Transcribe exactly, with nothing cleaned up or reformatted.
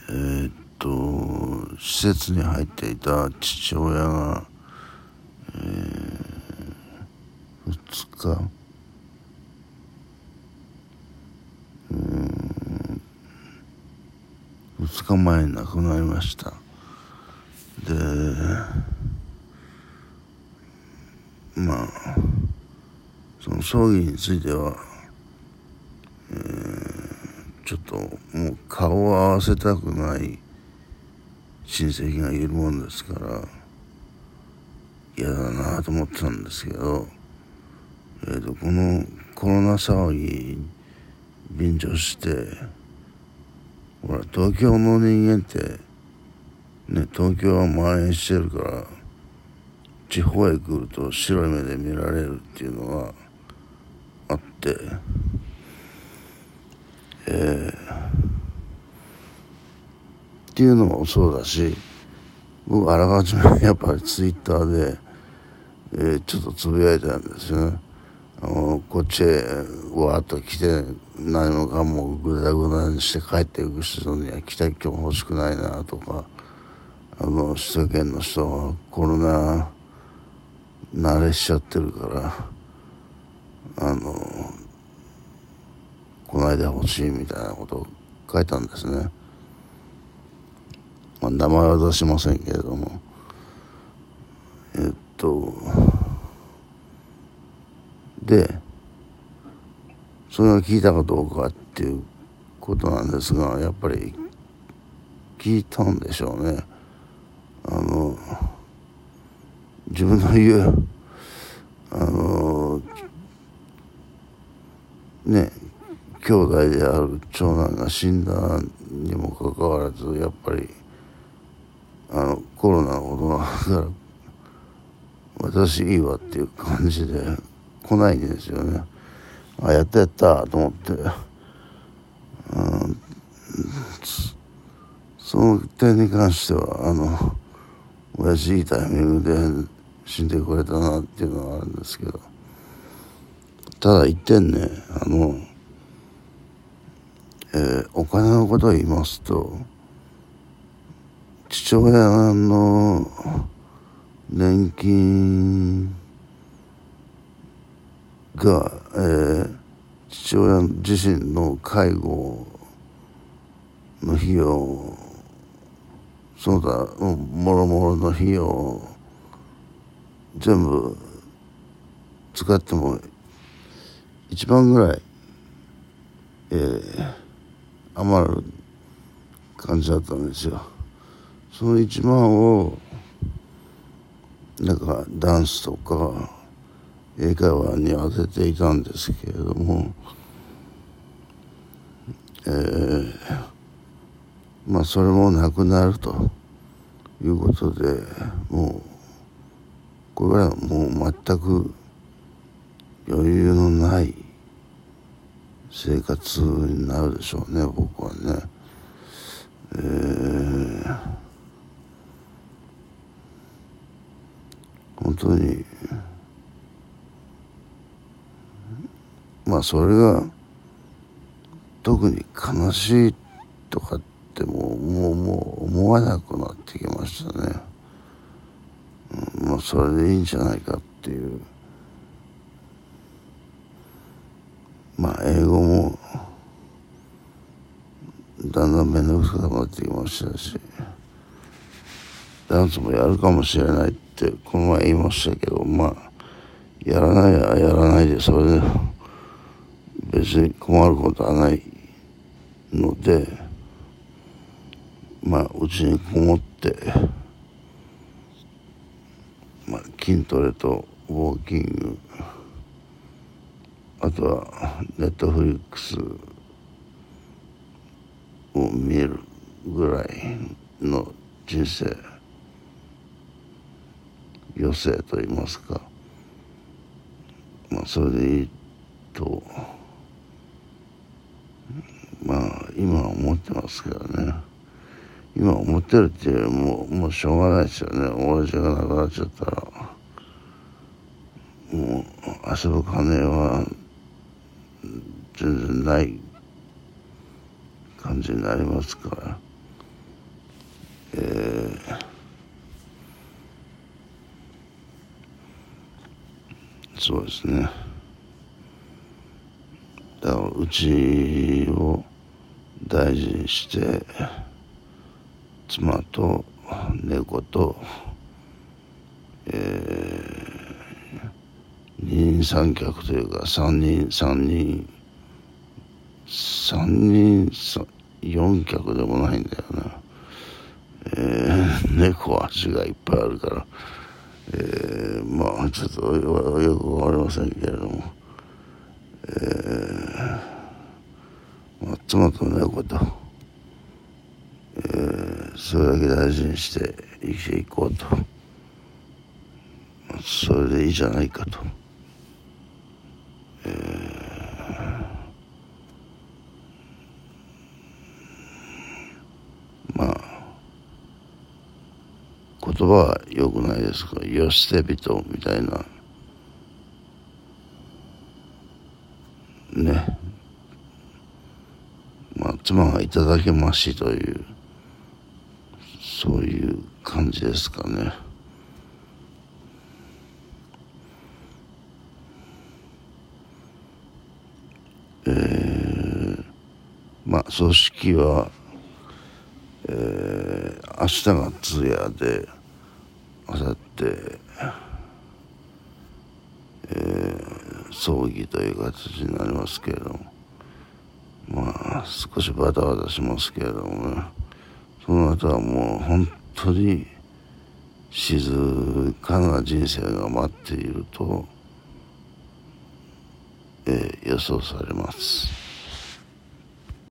えー、っと施設に入っていた父親が、えー、ふつかうーんふつかまえに亡くなりました。でまあその葬儀については、えー、ちょっともう顔を合わせたくない親戚がいるもんですから嫌だなと思ってたんですけど、えー、とこのコロナ騒ぎ便乗してほら東京の人間ってね、東京は蔓延してるから地方へ来ると白い目で見られるっていうのがあって、えー、っていうのもそうだし、僕あらかじめやっぱりツイッターで、えー、ちょっとつぶやいたんですよね。あのこっちへわーっと来て何もかもぐだぐだにして帰っていく人には来た気も欲しくないなとか、あの首都圏の人はコロナ慣れしちゃってるからあの来ないでほしいみたいなことを書いたんですね。まあ、名前は出しませんけれども、えっとでそれを聞いたかどうかっていうことなんですが、やっぱり聞いたんでしょうね。あの自分の言うあのね兄弟である長男が死んだにもかかわらずやっぱりあのコロナのことがあるから私いいわっていう感じで来ないんですよね。あ、やったやったと思って、うん、その点に関してはあの親父いいタイミングで死んでくれたなっていうのがあるんですけど、ただ一点ね、あの、えー、お金のことを言いますと、父親の年金が、えー、父親自身の介護の費用、その他もろもろの費用を全部使ってもいちまんぐらい、えー、余る感じだったんですよ。そのいちまんをなんかダンスとか英会話に当てていたんですけれども、えー、まあそれもなくなるということで、もうこれはもう全く余裕のない生活になるでしょうね、僕はね。えー、本当にまあそれが特に悲しいとかってもうもうもう思わなくなってきましたね。うん、まあそれでいいんじゃないかっていう。まあ英語もだんだん面倒くさくなってきましたし、ダンスもやるかもしれないってこの前言いましたけど、まあやらないややらないでそれで別に困ることはないので、まあうちにこもって、まあ、筋トレとウォーキング、あとはネットフリックスを見るぐらいの人生余生と言いますか、まあそれでいいとまあ今は思ってますけどね。今思ってるっていうよりももうしょうがないですよね。親父が亡くなっちゃったらもう遊ぶ金は全然ない感じになりますから、 えー、そうですね。だからうちを大事にして妻と猫と、えー、二人三脚というか三人三人三人四脚でもないんだよな。えー、猫は足がいっぱいあるから、えー、まあちょっとよくわかりませんけれども、えーまあ、妻と猫と、えー、それだけ大事にして生きていこうと、それでいいじゃないかと、えー、まあ言葉は良くないですが、よ捨て人みたいなね、まあ妻がいただけましという、そういう感じですかね。えー、まあ葬式は、えー、明日が通夜で、明後日、えー、葬儀という形になりますけれども、まあ少しバタバタしますけれどもね、その後はもう本当に静かな人生が待っていると、えー、予想されます。